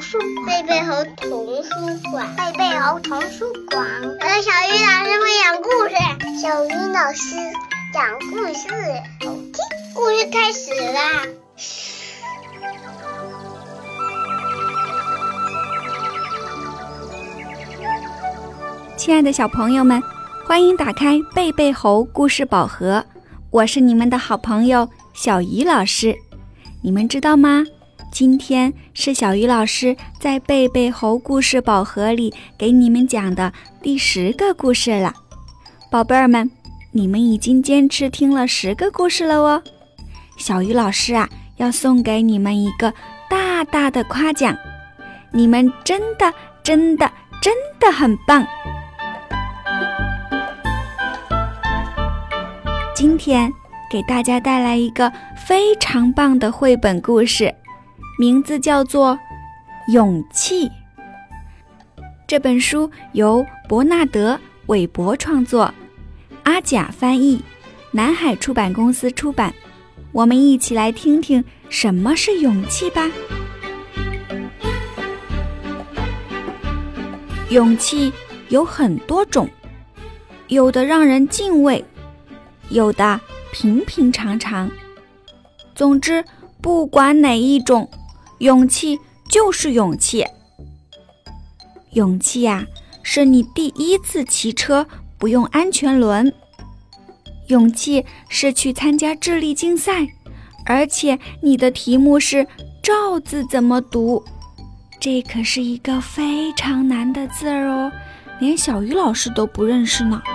书， 贝贝猴童书馆， 贝贝猴童书馆。 我的小鱼老师会讲故事， 小鱼老师讲故事，好听。 故事开始啦！ 亲爱的小朋友们，欢迎打开贝贝猴故事宝盒，我是你们的好朋友小鱼老师。你们知道吗？今天是小鱼老师在贝贝猴故事宝盒里给你们讲的第10个故事了。宝贝儿们，你们已经坚持听了10个故事了哦。小鱼老师要送给你们一个大大的夸奖，你们真的很棒。今天给大家带来一个非常棒的绘本故事，名字叫做《勇气》。这本书由伯纳德·韦伯创作，阿甲翻译，南海出版公司出版。我们一起来听听什么是勇气吧。勇气有很多种，有的让人敬畏，有的平平常常。总之，不管哪一种，勇气就是勇气。勇气是你第一次骑车不用安全轮。勇气是去参加智力竞赛，而且你的题目是赵字怎么读。这可是一个非常难的字哦，连小鱼老师都不认识呢。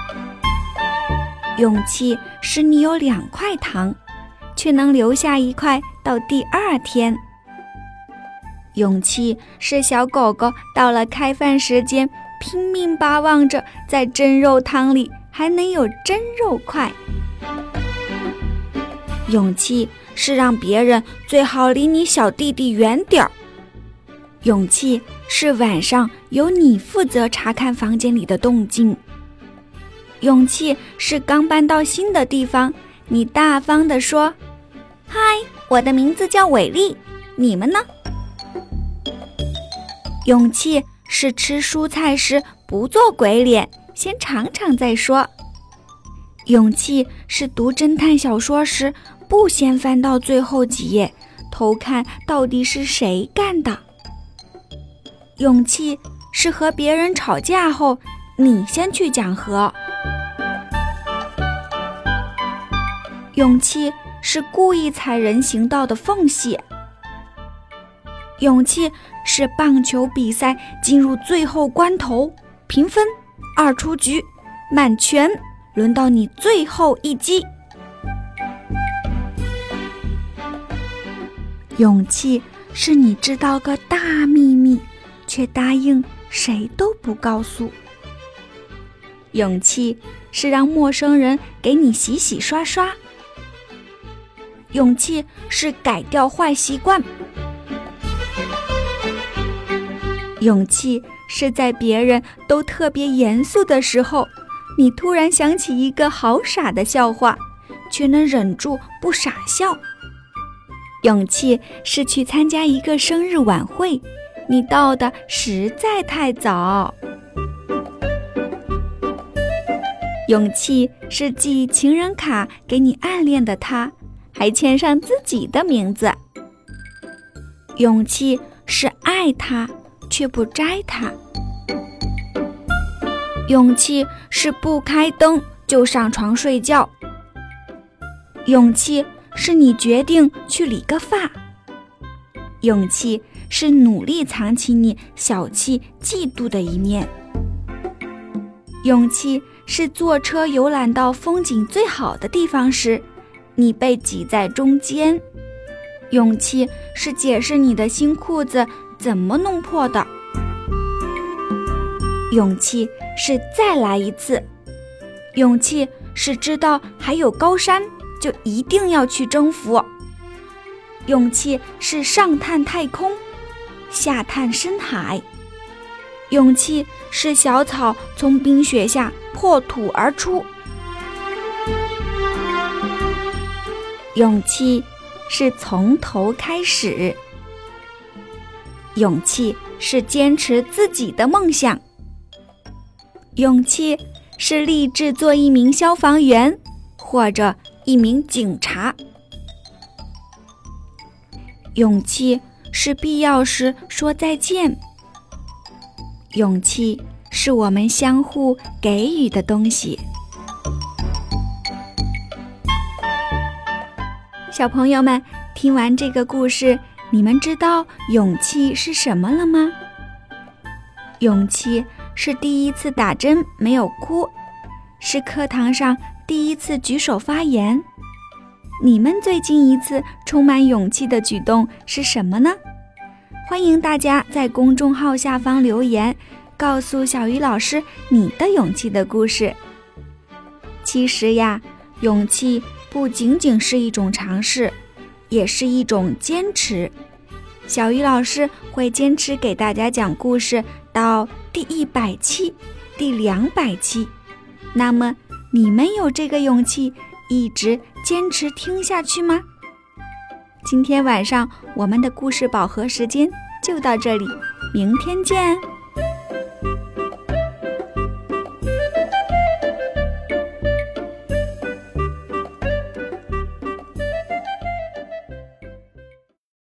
勇气是你有2块糖，却能留下1块到第2天。勇气是小狗狗到了开饭时间，拼命巴望着在蒸肉汤里还能有蒸肉块。勇气是让别人最好离你小弟弟远点儿。勇气是晚上由你负责查看房间里的动静。勇气是刚搬到新的地方，你大方地说：“嗨，我的名字叫伟丽，你们呢？”勇气是吃蔬菜时不做鬼脸，先尝尝再说。勇气是读侦探小说时不先翻到最后几页，偷看到底是谁干的。勇气是和别人吵架后，你先去讲和。勇气是故意踩人行道的缝隙。勇气是棒球比赛进入最后关头，平分2出局，满拳，轮到你最后一击。勇气是你知道个大秘密，却答应谁都不告诉。勇气是让陌生人给你洗洗刷刷。勇气是改掉坏习惯。勇气是在别人都特别严肃的时候，你突然想起一个好傻的笑话，却能忍住不傻笑。勇气是去参加一个生日晚会，你到的实在太早。勇气是寄情人卡给你暗恋的他，还签上自己的名字。勇气是爱他却不摘他。勇气是不开灯就上床睡觉。勇气是你决定去理个发。勇气是努力藏起你小气嫉妒的一面。勇气是坐车游览到风景最好的地方时，你被挤在中间。勇气是解释你的新裤子怎么弄破的。勇气是再来一次。勇气是知道还有高山，就一定要去征服。勇气是上探太空，下探深海。勇气是小草从冰雪下破土而出。勇气是从头开始。 勇气是坚持自己的梦想，勇气是立志做一名消防员或者一名警察，勇气是必要时说再见，勇气是我们相互给予的东西。小朋友们，听完这个故事，你们知道勇气是什么了吗？勇气是第一次打针没有哭，是课堂上第一次举手发言。你们最近一次充满勇气的举动是什么呢？欢迎大家在公众号下方留言，告诉小鱼老师你的勇气的故事。其实呀，勇气不仅仅是一种尝试，也是一种坚持。小鱼老师会坚持给大家讲故事到第100期、第200期。那么，你们有这个勇气一直坚持听下去吗？今天晚上我们的故事饱和时间就到这里，明天见。